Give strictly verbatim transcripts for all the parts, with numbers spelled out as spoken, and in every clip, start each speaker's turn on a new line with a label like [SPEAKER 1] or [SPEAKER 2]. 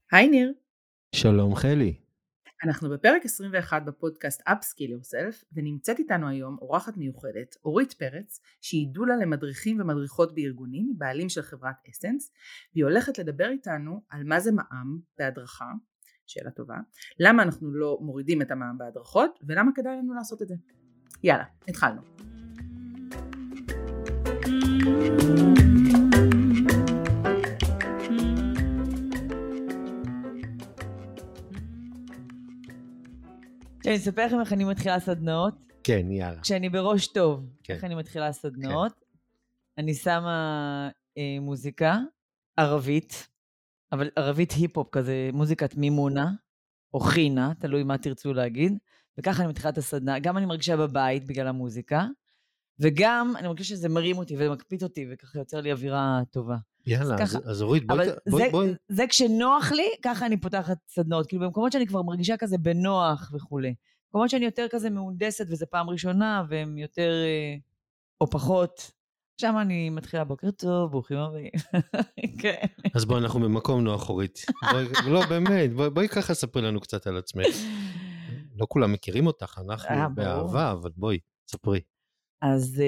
[SPEAKER 1] היי ניר.
[SPEAKER 2] שלום חלי.
[SPEAKER 1] אנחנו בפרק עשרים ואחת בפודקאסט Upskill Yourself, ונמצאת איתנו היום אורחת מיוחדת, אורית פרץ, שהיא דולה למדריכים ומדריכות בארגונים, בעלים של חברת אסנס, והיא הולכת לדבר איתנו על מה זה מע"מ בהדרכה, שאלה טובה, למה אנחנו לא מורידים את המע"מ בהדרכות, ולמה כדאי לנו לעשות את זה. יאללה, התחלנו.
[SPEAKER 3] אני אספר לכם איך אני מתחילה סדנאות.
[SPEAKER 2] כן, יאללה.
[SPEAKER 3] כשאני בראש טוב,
[SPEAKER 2] כן.
[SPEAKER 3] איך אני מתחילה סדנאות. כן. אני שמה אה, מוזיקה ערבית, אבל ערבית היפ-הופ כזה, מוזיקת מימונה, או חינה, תלוי מה תרצו להגיד, וככה אני מתחילה את הסדנה. גם אני מרגישה בבית בגלל המוזיקה, וגם אני מרגישה שזה מרים אותי ומקפיץ אותי, וככה יוצר לי אווירה טובה.
[SPEAKER 2] יאללה, אז,
[SPEAKER 3] אז,
[SPEAKER 2] אז אורית, בואי, בואי,
[SPEAKER 3] זה,
[SPEAKER 2] בואי.
[SPEAKER 3] זה כשנוח לי, ככה אני פותחת סדנאות, כאילו במקומות שאני כבר מרגישה כזה בנוח וכולי. במקומות שאני יותר כזה מהונדסת, וזה פעם ראשונה, והם יותר, או פחות, שם אני מתחילה בוקר טוב, ברוכים הבאים. כן.
[SPEAKER 2] אז בואי, אנחנו במקום נוח, אורית. בואי, לא, באמת, בואי, בואי ככה ספרי לנו קצת על עצמך. לא כולם מכירים אותך, אנחנו
[SPEAKER 3] אה,
[SPEAKER 2] באהבה, אבל בואי, ספרי.
[SPEAKER 3] אז...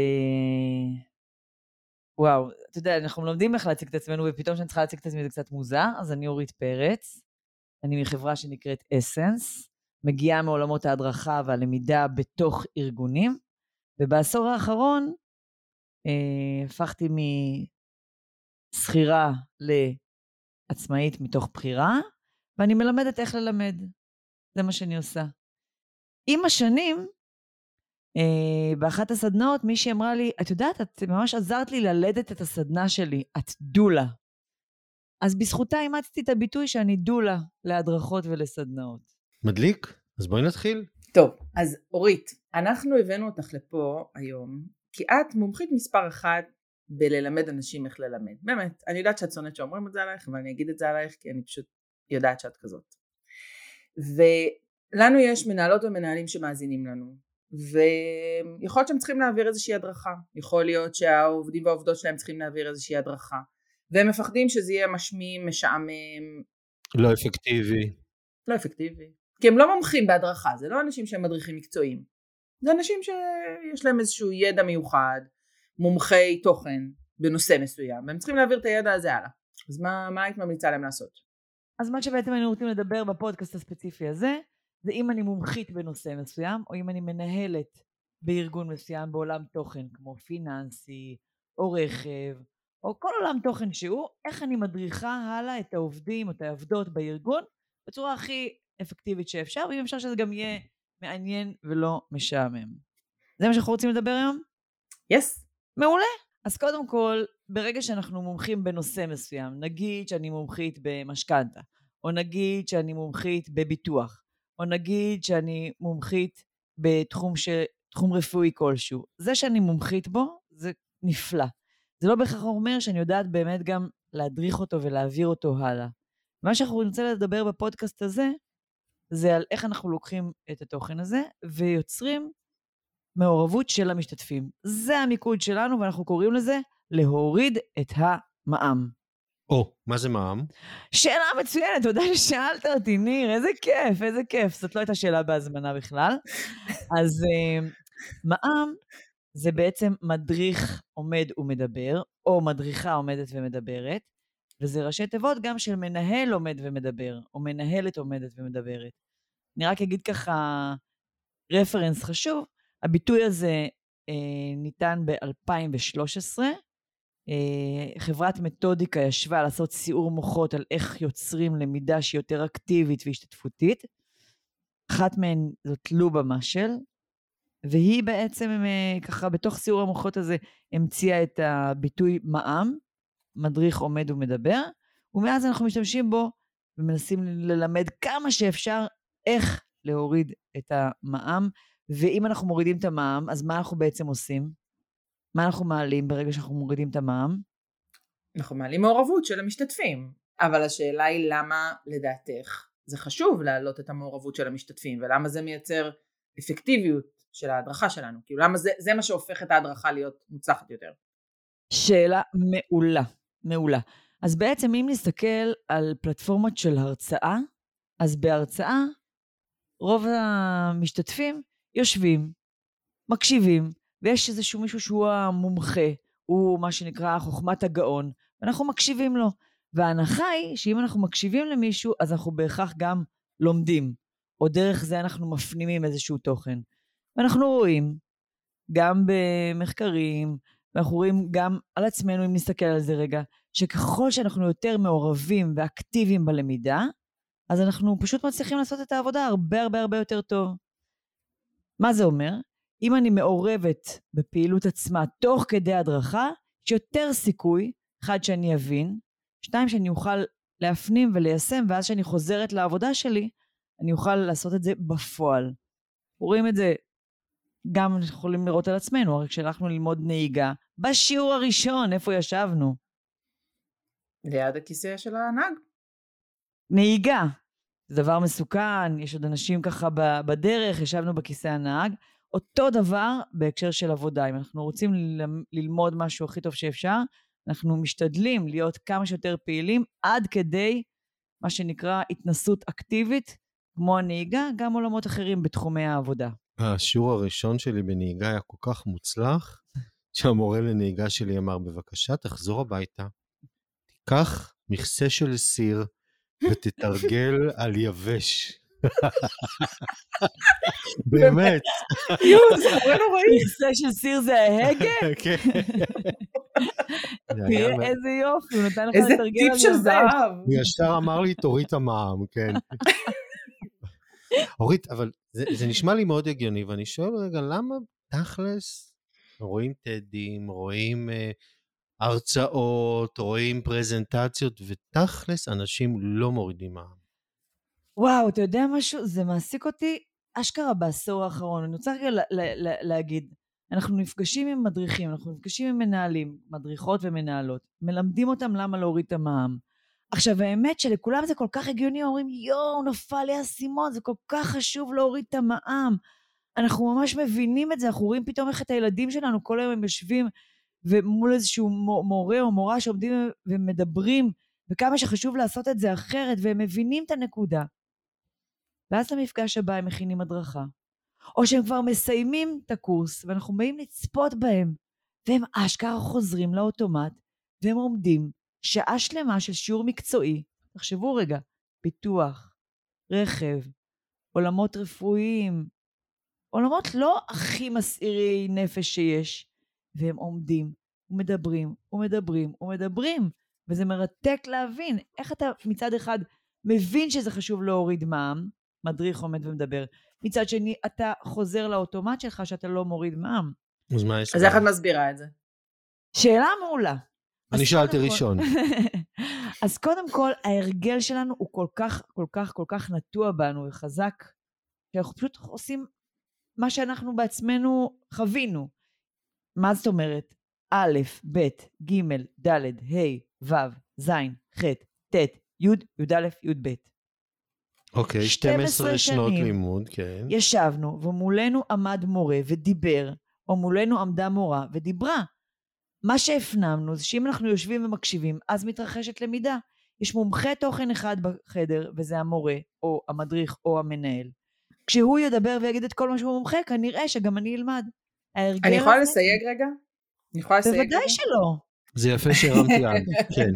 [SPEAKER 3] וואו, אתה יודע, אנחנו לומדים איך להציג את עצמנו, ופתאום שאני צריכה להציג את עצמי זה קצת מוזר, אז אני אורית פרץ, אני מחברה שנקראת אסנס, מגיעה מעולמות ההדרכה והלמידה בתוך ארגונים, ובעשור האחרון אה, הפכתי מסחירה לעצמאית מתוך בחירה, ואני מלמדת איך ללמד, זה מה שאני עושה. עם השנים, Uh, באחת הסדנאות מישהי אמרה לי, את יודעת, את ממש עזרת לי ללדת את הסדנה שלי, את דולה. אז בזכותה אימצתי את הביטוי שאני דולה להדרכות ולסדנאות.
[SPEAKER 2] מדליק? אז בואי נתחיל.
[SPEAKER 1] טוב, אז אורית, אנחנו הבאנו אותך לפה היום, כי את מומחית מספר אחת בללמד אנשים איך ללמד. באמת, אני יודעת שאת שונאת שאומרים את זה עלייך, אבל אני אגיד את זה עלייך, כי אני פשוט יודעת שאת כזאת. ולנו יש מנהלות ומנהלים שמאזינים לנו, ויכול להיות שהם צריכים להעביר איזושהי הדרכה, יכול להיות שהעובדים והעובדות שלהם צריכים להעביר איזושהי הדרכה, והם מפחדים שזה יהיה משמים, משעמם,
[SPEAKER 2] לא אפקטיבי.
[SPEAKER 1] לא אפקטיבי, כי הם לא מומחים בהדרכה, זה לא אנשים שהם מדריכים מקצועיים, זה אנשים שיש להם איזשהו ידע מיוחד, מומחי תוכן בנושא מסוים, והם צריכים להעביר את הידע הזה הלאה. אז מה, מה היית ממליצה להם לעשות?
[SPEAKER 3] אז מה שבעצם היינו רוצים לדבר בפודקאסט הספציפי הזה, זה אם אני מומחית בנושא מסוים, או אם אני מנהלת בארגון מסוים בעולם תוכן, כמו פיננסי, או רכב, או כל עולם תוכן שהוא, איך אני מדריכה הלאה את העובדים או את העבדות בארגון, בצורה הכי אפקטיבית שאפשר, ואם אפשר שזה גם יהיה מעניין ולא משעמם. זה מה שאנחנו רוצים לדבר היום?
[SPEAKER 1] Yes.
[SPEAKER 3] מעולה. אז קודם כל, ברגע שאנחנו מומחים בנושא מסוים, נגיד שאני מומחית במשכנתה, או נגיד שאני מומחית בביטוח, או נגיד שאני מומחית בתחום ש... תחום רפואי כלשהו. זה שאני מומחית בו, זה נפלא. זה לא בהכרח אומר שאני יודעת באמת גם להדריך אותו ולהעביר אותו הלאה. מה שאנחנו נרצה לדבר בפודקאסט הזה, זה על איך אנחנו לוקחים את התוכן הזה, ויוצרים מעורבות של המשתתפים. זה המיקוד שלנו, ואנחנו קוראים לזה להוריד את המע"מ.
[SPEAKER 2] או, מה זה מע"מ?
[SPEAKER 3] שאלה מצוינת, תודה ששאלת אותי, ניר, איזה כיף, איזה כיף. זאת לא הייתה שאלה בהזמנה בכלל. אז מע"מ זה בעצם מדריך עומד ומדבר, או מדריכה עומדת ומדברת, וזה ראשי תיבות גם של מנהל עומד ומדבר, או מנהלת עומדת ומדברת. אני רק אגיד ככה רפרנס חשוב, הביטוי הזה אה, ניתן ב-אלפיים ושלוש עשרה, אה, חברת מתודיקה ישבה לעשות סיעור מוחות על איך יוצרים למידה שהיא יותר אקטיבית והשתתפותית, אחת מהן זאת לובה משל, והיא בעצם אה, ככה בתוך סיעור המוחות הזה המציאה את הביטוי מע"מ, מדריך עומד ומדבר, ומאז אנחנו משתמשים בו ומנסים ללמד כמה שאפשר איך להוריד את המע"מ, ואם אנחנו מורידים את המע"מ, אז מה אנחנו בעצם עושים? מה אנחנו מעלים ברגע שאנחנו מורידים את המע"מ?
[SPEAKER 1] אנחנו מעלים מעורבות של המשתתפים, אבל השאלה היא למה לדעתך זה חשוב להעלות את המעורבות של המשתתפים, ולמה זה מייצר אפקטיביות של ההדרכה שלנו, כאילו למה זה, זה מה שהופך את ההדרכה להיות מוצלחת יותר?
[SPEAKER 3] שאלה מעולה, מעולה. אז בעצם אם נסתכל על פלטפורמות של הרצאה, אז בהרצאה רוב המשתתפים יושבים, מקשיבים, ויש איזשהו מישהו שהוא המומחה, הוא מה שנקרא חוכמת הגאון, ואנחנו מקשיבים לו. וההנחה היא שאם אנחנו מקשיבים למישהו, אז אנחנו בהכרח גם לומדים, או דרך זה אנחנו מפנימים איזשהו תוכן. ואנחנו רואים, גם במחקרים, ואנחנו רואים גם על עצמנו, אם נסתכל על זה רגע, שככל שאנחנו יותר מעורבים ואקטיביים בלמידה, אז אנחנו פשוט מצליחים לעשות את העבודה הרבה הרבה הרבה יותר טוב. מה זה אומר? אם אני מעורבת בפעילות עצמה תוך כדי הדרכה, יש יותר סיכוי, אחד שאני אבין, שתיים שאני אוכל להפנים וליישם, ואז שאני חוזרת לעבודה שלי, אני אוכל לעשות את זה בפועל. רואים את זה, גם יכולים לראות על עצמנו, הרי כשהלכנו ללמוד נהיגה, בשיעור הראשון, איפה ישבנו?
[SPEAKER 1] ליד הכיסא של הנהג.
[SPEAKER 3] נהיגה, זה דבר מסוכן, יש עוד אנשים ככה בדרך, ישבנו בכיסא הנהג, אותו דבר בהקשר של עבודה, אם אנחנו רוצים ל- ללמוד משהו הכי טוב שאפשר, אנחנו משתדלים להיות כמה שיותר פעילים, עד כדי מה שנקרא התנסות אקטיבית, כמו הנהיגה, גם עולמות אחרים בתחומי העבודה.
[SPEAKER 2] השיעור הראשון שלי בנהיגה היה כל כך מוצלח, שהמורה לנהיגה שלי אמר, בבקשה, תחזור הביתה, תיקח מכסה של סיר, ותתרגל על יבש. באמת.
[SPEAKER 1] יואו, זה נורא נוראי.
[SPEAKER 3] מכסה של סיר זה ההגה?
[SPEAKER 2] כן.
[SPEAKER 3] תראה איזה יופי, הוא נתן לך
[SPEAKER 1] איזה
[SPEAKER 3] לתרגל
[SPEAKER 1] טיפ
[SPEAKER 3] על
[SPEAKER 1] של
[SPEAKER 3] יבש.
[SPEAKER 1] זהב.
[SPEAKER 2] הוא ישר אמר לי, תוריד את המע"מ, כן. אורית, אבל זה, זה נשמע לי מאוד הגיוני, ואני שואל רגע, למה תכלס רואים תדים, רואים uh, הרצאות, רואים פרזנטציות, ותכלס אנשים לא מורידים מע"מ?
[SPEAKER 3] וואו, אתה יודע משהו? זה מעסיק אותי אשכרה בעשור האחרון. אני רוצה רגע לה, לה, לה, להגיד, אנחנו נפגשים עם מדריכים, אנחנו נפגשים עם מנהלים, מדריכות ומנהלות, מלמדים אותם למה להוריד את המע"מ. עכשיו, האמת שלכולם זה כל כך הגיוני, אומרים, יואו, נפל לי הסימון, זה כל כך חשוב להוריד את המע"מ. אנחנו ממש מבינים את זה, אנחנו רואים פתאום איך את הילדים שלנו, כל היום הם יושבים, ומול איזשהו מורה או מורה שעומדים ומדברים, וכמה שחשוב לעשות את זה אחרת, והם מבינים את הנקודה. ואז למפגש הבא הם מכינים הדרכה, או שהם כבר מסיימים את הקורס, ואנחנו באים לצפות בהם, והם אשכרה חוזרים לאוטומט, והם עומדים שעה שלמה של שיעור מקצועי. תחשבו רגע, פיתוח, רכב, עולמות רפואיים, עולמות לא הכי מסעירי נפש שיש, והם עומדים ומדברים ומדברים ומדברים, וזה מרתק להבין איך אתה מצד אחד מבין שזה חשוב להוריד מע"מ, מדריך עומד ומדבר, מצד שני אתה חוזר לאוטומט שלך שאתה לא מוריד מע"מ.
[SPEAKER 2] אז מה יש?
[SPEAKER 1] אז איך את מסבירה את זה?
[SPEAKER 3] שאלה מעולה.
[SPEAKER 2] אני שאלתי ראשון.
[SPEAKER 3] אז קודם כל, ההרגל שלנו הוא כל כך, כל כך, כל כך נטוע בנו וחזק, שאנחנו פשוט עושים מה שאנחנו בעצמנו חווינו. מה זאת אומרת? א', ב', ג', ד', ה', ו', ז', ח', ט', י', י' א', י' ב'.
[SPEAKER 2] אוקיי, שתים עשרה שנות לימוד, כן.
[SPEAKER 3] ישבנו, ומולנו עמד מורה ודיבר, או מולנו עמדה מורה ודיברה. מה שהפנמנו זה שאם אנחנו יושבים ומקשיבים, אז מתרחשת למידה. יש מומחה תוכן אחד בחדר, וזה המורה, או המדריך, או המנהל. כשהוא ידבר ויגיד את כל מה שהוא מומחה, כנראה שגם אני אלמד.
[SPEAKER 1] אני יכולה לסייג רגע? אני יכולה לסייג רגע?
[SPEAKER 3] בוודאי שלא.
[SPEAKER 2] זה יפה שהרמתי יד, כן.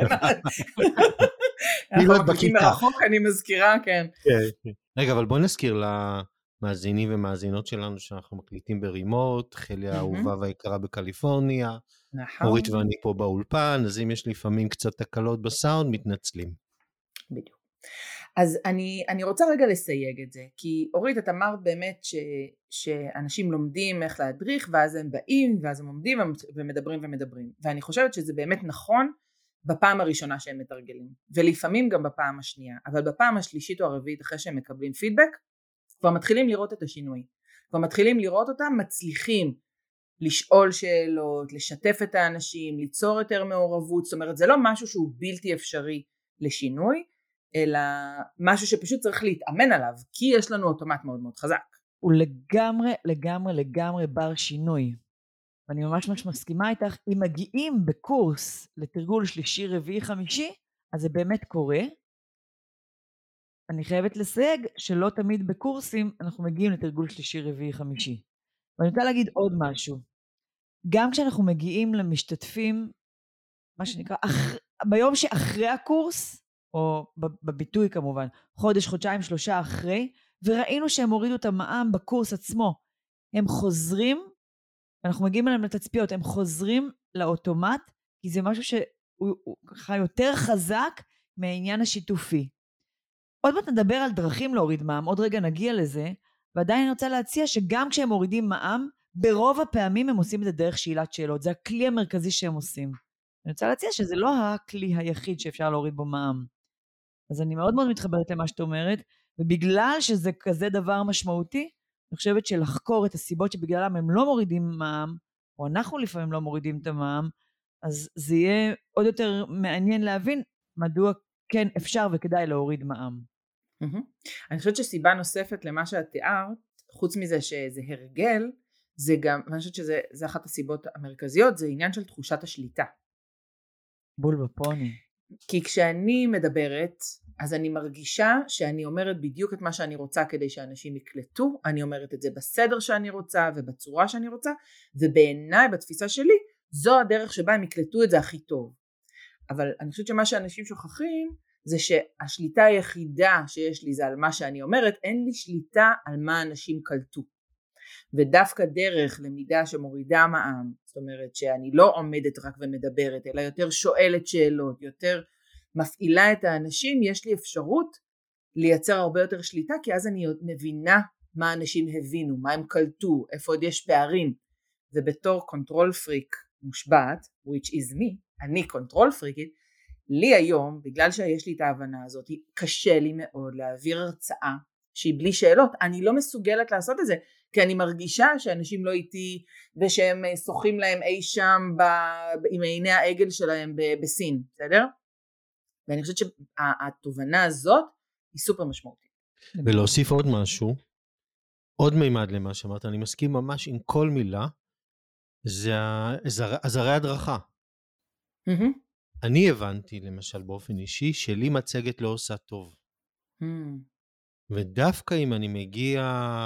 [SPEAKER 1] אנחנו מקליטים מרחוק, אני מזכירה, כן.
[SPEAKER 2] רגע, אבל בוא נזכיר למאזינים ומאזינות שלנו שאנחנו מקליטים ברימוט, חלי האהובה והיקרה בקליפורניה, אורית ואני פה באולפן, אז אם יש לפעמים קצת תקלות בסאונד, מתנצלים.
[SPEAKER 1] בדיוק. אז אני, אני רוצה רגע לסייג את זה, כי אורית, את אמרת באמת ש, שאנשים לומדים איך להדריך, ואז הם באים, ואז הם עומדים ומדברים ומדברים. ואני חושבת שזה באמת נכון בפעם הראשונה שהם מתרגלים, ולפעמים גם בפעם השנייה, אבל בפעם השלישית או הרביעית, אחרי שהם מקבלים פידבק, כבר מתחילים לראות את השינוי. כבר מתחילים לראות אותם, מצליחים לשאול שאלות, לשתף את האנשים, ליצור יותר מעורבות, זאת אומרת, זה לא משהו שהוא בלתי אפשרי לשינוי, אלא משהו שפשוט צריך להתאמן עליו, כי יש לנו אוטומט מאוד מאוד חזק.
[SPEAKER 3] הוא לגמרי, לגמרי, לגמרי בר שינוי. ואני ממש ממש מסכימה איתך, אם מגיעים בקורס לתרגול שלישי, רביעי, חמישי, אז זה באמת קורה. אני חייבת לסייג שלא תמיד בקורסים אנחנו מגיעים לתרגול שלישי, רביעי, חמישי. ואני רוצה להגיד עוד משהו. גם כשאנחנו מגיעים למשתתפים, מה שנקרא, אח... ביום שאחרי הקורס, או בביטוי כמובן, חודש, חודשיים, שלושה אחרי, וראינו שהם הורידו את המע"מ בקורס עצמו, הם חוזרים, אנחנו מגיעים אליהם לתצפיות, הם חוזרים לאוטומט, כי זה משהו שהוא ככה יותר חזק מהעניין השיתופי. עוד מעט נדבר על דרכים להוריד מע"מ, עוד רגע נגיע לזה, ועדיין אני רוצה להציע שגם כשהם מורידים מע"מ, ברוב הפעמים הם עושים את זה דרך שאלת שאלות, זה הכלי המרכזי שהם עושים. אני רוצה להציע שזה לא הכלי היחיד שאפשר להוריד בו מע"מ. אז אני מאוד מאוד מתחברת למה שאת אומרת, ובגלל שזה כזה דבר משמעותי, אני חושבת שלחקור את הסיבות שבגללם הם לא מורידים מע"מ, או אנחנו לפעמים לא מורידים את המע"מ, אז זה יהיה עוד יותר מעניין להבין מדוע כן אפשר וכדאי להוריד מע"מ.
[SPEAKER 1] אני חושבת שסיבה נוספת למה שאת תיארת, חוץ מזה שזה הרגל, זה גם, אני חושבת שזה אחת הסיבות המרכזיות, זה עניין של תחושת השליטה.
[SPEAKER 3] בול בפוני.
[SPEAKER 1] כי כשאני מדברת, אז אני מרגישה שאני אומרת בדיוק את מה שאני רוצה כדי שאנשים יקלטו, אני אומרת את זה בסדר שאני רוצה ובצורה שאני רוצה, ובעיניי בתפיסה שלי, זו הדרך שבה הם יקלטו את זה הכי טוב. אבל אני חושבת שמה שאנשים שוכחים, זה שהשליטה היחידה שיש לי זה על מה שאני אומרת, אין לי שליטה על מה אנשים קלטו. ודווקא דרך למידה שמורידה מע"מ, זאת אומרת שאני לא עומדת רק ומדברת, אלא יותר שואלת שאלות, יותר מפעילה את האנשים, יש לי אפשרות לייצר הרבה יותר שליטה, כי אז אני מבינה מה אנשים הבינו, מה הם קלטו, איפה עוד יש פערים. ובתור קונטרול פריק מושבעת, which is me, אני קונטרול פריקית, לי היום, בגלל שיש לי את ההבנה הזאת, קשה לי מאוד להעביר הרצאה שהיא בלי שאלות, אני לא מסוגלת לעשות את זה, כי אני מרגישה שאנשים לא איתי, ושהם שוחים להם אי שם ב... עם עיני העגל שלהם ב... בסין, בסדר? ואני חושבת שהתובנה הזאת היא סופר משמעותית.
[SPEAKER 2] ולהוסיף עוד משהו, עוד מימד למה שאמרת, אני מסכים ממש עם כל מילה, זה עזרי הדרכה.
[SPEAKER 1] Mm-hmm.
[SPEAKER 2] אני הבנתי למשל באופן אישי שלי מצגת לא עושה טוב.
[SPEAKER 1] Mm.
[SPEAKER 2] ודווקא אם אני מגיע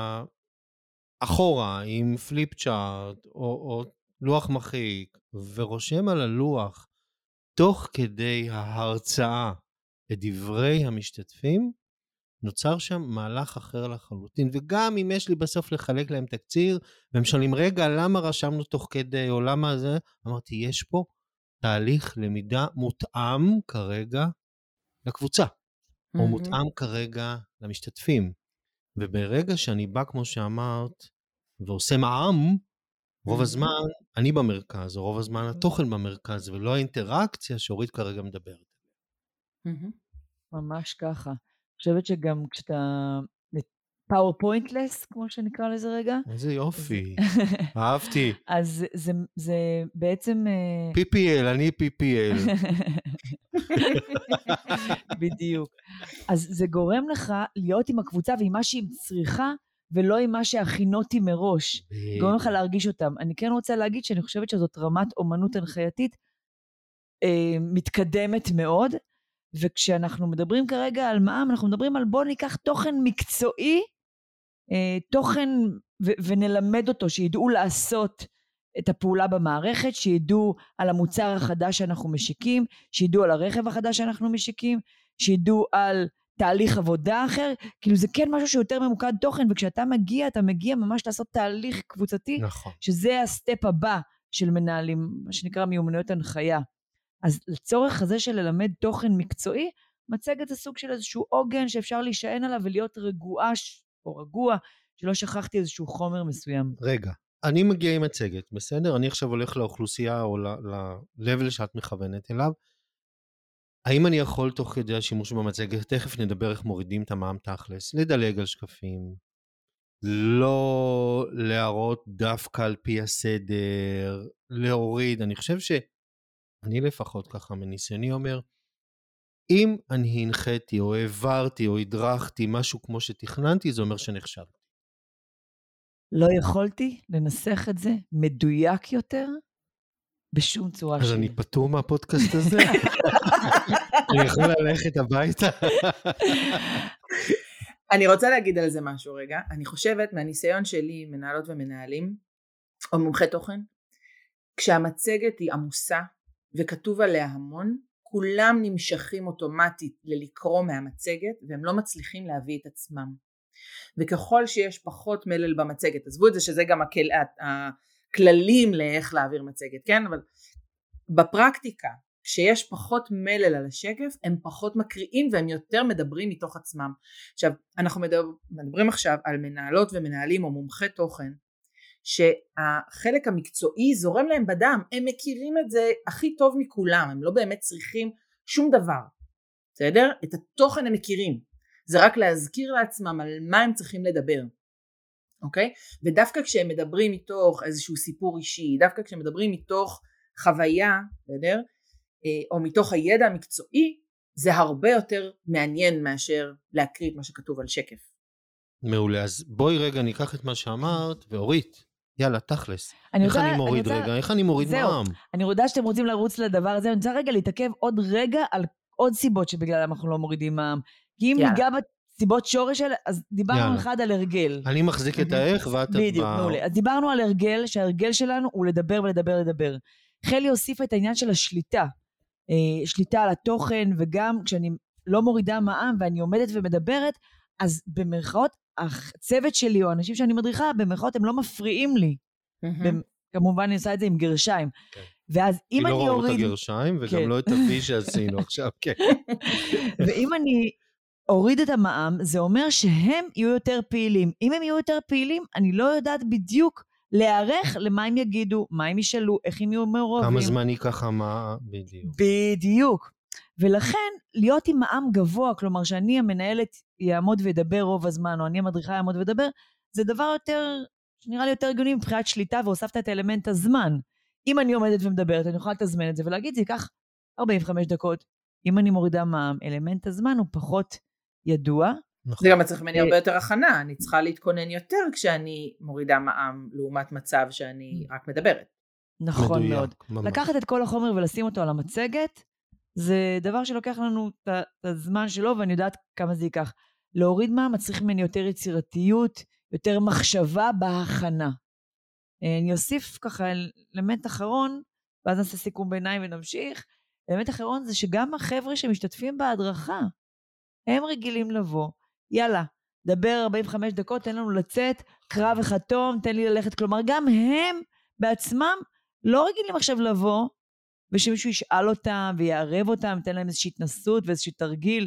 [SPEAKER 2] אחורה עם פליפ צ'ארט או, או לוח מחיק ורושם על הלוח תוך כדי ההרצאה את דברי המשתתפים, נוצר שם מהלך אחר לחלוטין. וגם אם יש לי בסוף לחלק להם תקציר, והם שואלים רגע למה רשמנו תוך כדי או למה זה, אמרתי יש פה תהליך למידה מותאם כרגע לקבוצה, mm-hmm. או מותאם כרגע למשתתפים. וברגע שאני בא, כמו שאמרת, ועושה מע"מ, רוב mm-hmm. הזמן אני במרכז, או רוב הזמן התוכן במרכז, ולא האינטראקציה שאורית כרגע מדברת.
[SPEAKER 3] Mm-hmm. ממש ככה. אני חושבת שגם כשאתה פאורפוינטלס, כמו שנקרא לזה רגע.
[SPEAKER 2] איזה יופי, אהבתי.
[SPEAKER 3] אז זה, זה בעצם...
[SPEAKER 2] פי פי אל, אני פי פי אל.
[SPEAKER 3] בדיוק. אז זה גורם לך להיות עם הקבוצה ועם מה שהיא צריכה, ולא עם מה שהכינותי מראש. גורם לך להרגיש אותם. אני כן רוצה להגיד שאני חושבת שזאת רמת אומנות הנחייתית אה, מתקדמת מאוד, וכשאנחנו מדברים כרגע על מע"מ, אנחנו מדברים על בוא ניקח תוכן מקצועי, אה, תוכן ו- ונלמד אותו, שידעו לעשות את הפעולה במערכת, שידעו על המוצר החדש שאנחנו משיקים, שידעו על הרכב החדש שאנחנו משיקים, שידעו על תהליך עבודה אחר, כאילו זה כן משהו שיותר ממוקד תוכן, וכשאתה מגיע, אתה מגיע ממש לעשות תהליך קבוצתי,
[SPEAKER 2] נכון.
[SPEAKER 3] שזה הסטפ הבא של מנהלים, מה שנקרא מיומנויות הנחיה. אז לצורך הזה של ללמד תוכן מקצועי, מצגת זה סוג של איזשהו עוגן שאפשר להישען עליו ולהיות רגוע או רגוע, שלא שכחתי איזשהו חומר מסוים.
[SPEAKER 2] רגע, אני מגיע עם מצגת, בסדר? אני עכשיו הולך לאוכלוסייה או ל-level שאת מכוונת אליו. האם אני יכול תוך כדי השימוש במצגת, תכף נדבר איך מורידים את המע"מ תכלס, לדלג על שקפים, לא להראות דווקא על פי הסדר, להוריד, אני חושב ש... אני לפחות ככה מניסיוני אומר, אם אני הנחיתי או העברתי או הדרכתי משהו כמו שתכננתי, זה אומר שנכשלתי.
[SPEAKER 3] לא יכולתי לנסח את זה מדויק יותר בשום צורה
[SPEAKER 2] אז
[SPEAKER 3] שלי.
[SPEAKER 2] אני פטור מהפודקאסט הזה? אני יכול ללכת הביתה?
[SPEAKER 1] אני רוצה להגיד על זה משהו רגע. אני חושבת מהניסיון שלי, מנהלות ומנהלים, או מומחי תוכן, כשהמצגת היא עמוסה וכתוב עליה המון, כולם נמשכים אוטומטית ללקרוא מהמצגת, והם לא מצליחים להביא את עצמם. וככל שיש פחות מלל במצגת, עזבו את זה שזה גם הכל, הכללים לאיך להעביר מצגת, כן? אבל בפרקטיקה, כשיש פחות מלל על השקף, הם פחות מקריאים והם יותר מדברים מתוך עצמם. עכשיו, אנחנו מדבר, מדברים עכשיו על מנהלות ומנהלים או מומחי תוכן, שהחלק המקצועי זורם להם בדם, הם מכירים את זה הכי טוב מכולם, הם לא באמת צריכים שום דבר, בסדר? את התוכן הם מכירים, זה רק להזכיר לעצמם על מה הם צריכים לדבר, אוקיי? ודווקא כשהם מדברים מתוך איזשהו סיפור אישי, דווקא כשהם מדברים מתוך חוויה, בסדר? או מתוך הידע המקצועי, זה הרבה יותר מעניין מאשר להקריא את מה שכתוב על שקף.
[SPEAKER 2] מעולה, אז בואי רגע ניקח את מה שאמרת, ואורית, יאללה, תכלס.
[SPEAKER 3] אני
[SPEAKER 2] איך
[SPEAKER 3] רוצה-
[SPEAKER 2] אני מוריד
[SPEAKER 3] אני רוצה-
[SPEAKER 2] רגע? איך אני מוריד
[SPEAKER 3] זהו.
[SPEAKER 2] מע"מ?
[SPEAKER 3] אני יודע שאתם רוצים לרוץ לדבר הזה, אני רוצה רגע להתעכב עוד רגע על עוד סיבות שבגללם אנחנו לא מורידים מע"מ. כי אם
[SPEAKER 1] יאללה.
[SPEAKER 3] ניגע בסיבות שורש האלה, אז דיברנו
[SPEAKER 2] יאללה.
[SPEAKER 3] אחד על הרגל.
[SPEAKER 2] אני מחזיק את האיך, ואת...
[SPEAKER 3] בדיוק,
[SPEAKER 2] ב-
[SPEAKER 3] מעולה. אז דיברנו על הרגל, שההרגל שלנו הוא לדבר ולדבר ולדבר. חלי הוסיפה את העניין של השליטה. אה, שליטה על התוכן, וגם כשאני לא מורידה מע"מ ואני עומדת ומדברת, אז במרכאות, הצוות שלי או האנשים שאני מדריכה, במרכאות הם לא מפריעים לי. במ- כמובן אני עושה את זה עם גרשיים.
[SPEAKER 2] כן.
[SPEAKER 3] ואז אם
[SPEAKER 2] היא
[SPEAKER 3] אני
[SPEAKER 2] לא רואה את
[SPEAKER 3] אוריד...
[SPEAKER 2] הגרשיים, וגם
[SPEAKER 3] כן.
[SPEAKER 2] לא את הוי שעשינו עכשיו, כן.
[SPEAKER 3] ואם אני אוריד את המע"מ, זה אומר שהם יהיו יותר פעילים. אם הם יהיו יותר פעילים, אני לא יודעת בדיוק להיערך למה הם יגידו, מה הם ישאלו, איך הם יהיו מעורבים.
[SPEAKER 2] כמה זמן היא ככה, מה... בדיוק.
[SPEAKER 3] בדיוק. ולכן, להיות עם מע"מ גבוה, כלומר שאני המנהלת יעמוד וידבר רוב הזמן, או אני המדריכה יעמוד וידבר, זה דבר יותר, שנראה לי יותר הגיוני מבחינת שליטה, והוספת את האלמנט הזמן. אם אני עומדת ומדברת, אני יכולה לתזמן את זה ולהגיד, זה ייקח ארבעים וחמש דקות. אם אני מורידה מע"מ, אלמנט הזמן הוא פחות ידוע.
[SPEAKER 1] זה גם צריך ממני הרבה יותר הכנה, אני צריכה להתכונן יותר כשאני מורידה מע"מ לעומת מצב שאני רק מדברת.
[SPEAKER 3] נכון
[SPEAKER 2] מדויק,
[SPEAKER 3] מאוד.
[SPEAKER 2] ממש.
[SPEAKER 3] לקחת את כל החומר ולשים אותו על המצגת, זה דבר שלוקח לנו את ה- את הזמן שלו, ואני יודעת כמה זה ייקח. להוריד מע"מ מצריך ממני יותר יצירתיות, יותר מחשבה בהכנה. אה, אני אוסיף ככה אלמנט אחרון, ואז נעשה סיכום ביניים ונמשיך. אלמנט אחרון זה שגם החבר'ה שמשתתפים בהדרכה, הם רגילים לבוא, יאללה, דבר ארבעים וחמש דקות, תן לנו לצאת, קרב וחתום, תן לי ללכת. כלומר, גם הם בעצמם לא רגילים עכשיו לבוא, ושמישהו ישאל אותם ויערב אותם, תן להם איזושהי התנסות ואיזשהו תרגיל.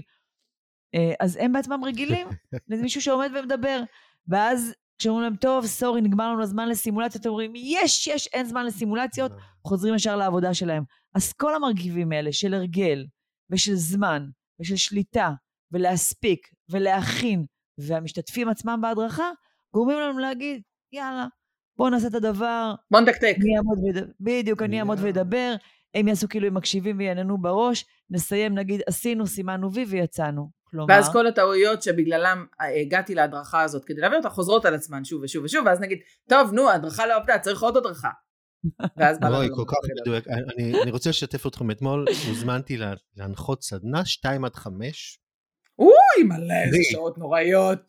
[SPEAKER 3] אז הם בעצמם רגילים למישהו שעומד ומדבר. ואז כשאומרים להם, טוב, סורי, נגמר לנו הזמן לסימולציות, אתם אומרים, יש, יש, אין זמן לסימולציות, חוזרים ישר לעבודה שלהם. אז כל המרכיבים האלה של הרגל ושל זמן ושל שליטה ולהספיק ולהכין, והמשתתפים עצמם בהדרכה, גורמים לנו להגיד, יאללה, בואו נעשה את הדבר.
[SPEAKER 1] בוא נדקדק.
[SPEAKER 3] אני אעמוד וידבר, בדיוק, אני אעמוד וידבר, הם יעשו כאילו הם מקשיבים ויעננו בראש, נסיים, נגיד, עשינו, סימנו וי ויצאנו. כלומר...
[SPEAKER 1] ואז כל הטעויות שבגללם הגעתי להדרכה הזאת, כדי להעביר אותה, חוזרות על עצמן שוב ושוב ושוב, ואז נגיד, טוב, נו, ההדרכה לא עבדה, צריך עוד הדרכה. ואז בא לנו...
[SPEAKER 2] רואי, כל כך מדויק. אני אני רוצה לשתף אתכם, אתמול הוזמנתי לה- להנחות סדנה שתיים עד חמש.
[SPEAKER 1] אוי, מלא, איזה שעות נוראיות.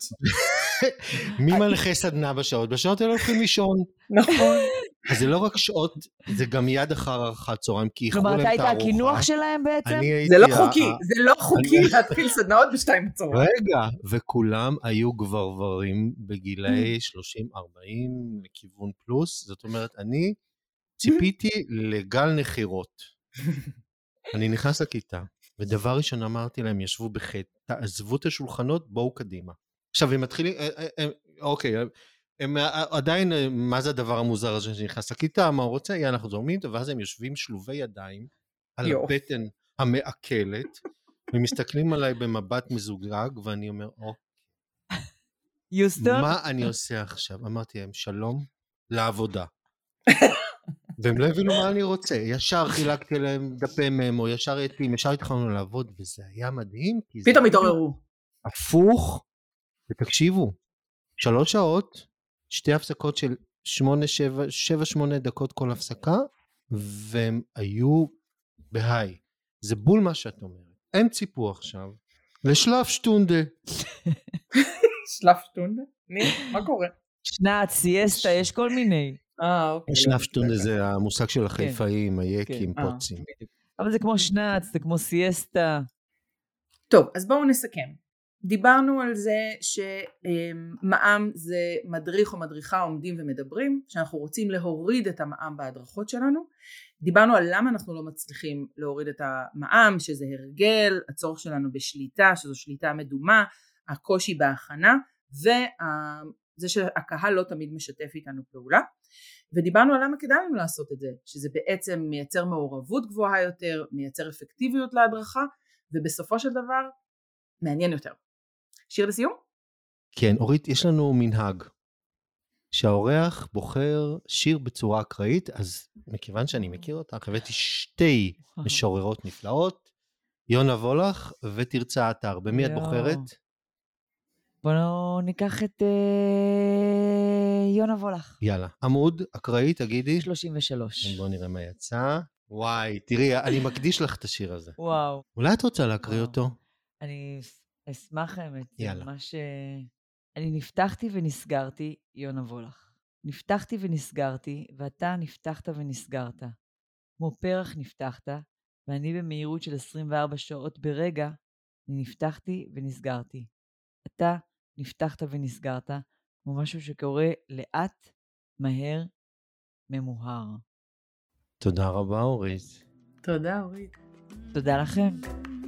[SPEAKER 2] מי מלכי סדנה בשעות? בשעות האלה הולכים לישון.
[SPEAKER 1] נכון.
[SPEAKER 2] אז זה לא רק שעות, זה גם מיד אחר ארוחת צהריים, כי איחרו
[SPEAKER 3] כלומר,
[SPEAKER 2] להם
[SPEAKER 3] אתה
[SPEAKER 2] את
[SPEAKER 3] היית
[SPEAKER 2] הארוחה.
[SPEAKER 3] הקינוח שלהם בעצם?
[SPEAKER 2] אני הייתי
[SPEAKER 1] זה לא
[SPEAKER 2] ה-
[SPEAKER 1] חוקי,
[SPEAKER 2] ה-
[SPEAKER 1] זה לא חוקי
[SPEAKER 2] אני-
[SPEAKER 1] להתחיל סדנאות בשתיים בצהריים.
[SPEAKER 2] רגע, וכולם היו גברברים בגילאי שלושים ארבעים לכיוון פלוס, זאת אומרת, אני ציפיתי לגל נחירות. אני נכנס לכיתה, ודבר ראשון אמרתי להם, ישבו בחטא, תעזבו את השולחנות, בואו קדימה. עכשיו, הם מתחילים, אה, אה, אה, אוקיי, הם עדיין, מה זה הדבר המוזר הזה שנכנס לכיתה, מה הוא רוצה, יאללה, אנחנו זורמים, ואז הם יושבים שלובי ידיים, על
[SPEAKER 1] יו.
[SPEAKER 2] הבטן המעכלת, ומסתכלים עליי במבט מזוגג, ואני אומר, אוקיי,
[SPEAKER 3] יוסטון?
[SPEAKER 2] מה אני עושה עכשיו? אמרתי להם, שלום, לעבודה. והם לא הבינו מה אני רוצה. ישר חילקתי להם דפי ממו, ישר הייתי, ישר התחלנו לעבוד, וזה היה מדהים. כי זה
[SPEAKER 1] פתאום
[SPEAKER 2] היה
[SPEAKER 1] התעוררו.
[SPEAKER 2] הפוך, ותקשיבו, שלוש שעות, שתי הפסקות של שמונה, שבע, שבע, שמונה דקות כל הפסקה, והם היו בהיי. זה בול מה שאת אומרת. הם ציפו עכשיו לשלף שטונדה.
[SPEAKER 1] שלף שטונדה? מי? מה קורה?
[SPEAKER 3] שנת, סיאסטה, יש כל מיני.
[SPEAKER 1] אה, אוקיי.
[SPEAKER 2] שלף שטונדה זה המושג של החיפאים, היקים,
[SPEAKER 1] אה.
[SPEAKER 2] פוצים.
[SPEAKER 3] אבל זה כמו שנת, זה כמו סיאסטה.
[SPEAKER 1] טוב, אז בואו נסכם. דיברנו על זה שמע"מ זה מדריך או מדריכה עומדים ומדברים, שאנחנו רוצים להוריד את המע"מ בהדרכות שלנו. דיברנו על למה אנחנו לא מצליחים להוריד את המע"מ, שזה הרגל, הצורך שלנו בשליטה, שזו שליטה מדומה, הקושי בהכנה, וזה שהקהל לא תמיד משתף איתנו פעולה. ודיברנו על למה כדאי לנו לעשות את זה, שזה בעצם מייצר מעורבות גבוהה יותר, מייצר אפקטיביות להדרכה, ובסופו של דבר מעניין יותר. שיר לסיום?
[SPEAKER 2] כן, אורית, יש לנו מנהג. שהאורח בוחר שיר בצורה אקראית, אז מכיוון שאני מכיר אותך, הבאתי שתי משוררות נפלאות, יונה וולך ותרצה אתר. במי את בוחרת?
[SPEAKER 3] בואו ניקח את אה, יונה וולך.
[SPEAKER 2] יאללה, עמוד, אקראית, תגידי.
[SPEAKER 3] שלושים ושלוש.
[SPEAKER 2] בואו נראה מה יצא. וואי, תראי, אני מקדיש לך את השיר הזה.
[SPEAKER 3] וואו.
[SPEAKER 2] אולי את רוצה להקריא
[SPEAKER 3] וואו.
[SPEAKER 2] אותו?
[SPEAKER 3] אני אשמח האמת.
[SPEAKER 2] יאללה.
[SPEAKER 3] ממש... אני נפתחתי ונסגרתי, יונה וולך. נפתחתי ונסגרתי, ואתה נפתחת ונסגרת. כמו פרח נפתחת, ואני במהירות של עשרים וארבע שעות ברגע, אני נפתחתי ונסגרתי. אתה נפתחת ונסגרת, כמו משהו שקורה לאט, מהר, ממוהר.
[SPEAKER 2] תודה רבה, אורית.
[SPEAKER 1] תודה, אורית.
[SPEAKER 3] תודה לכם.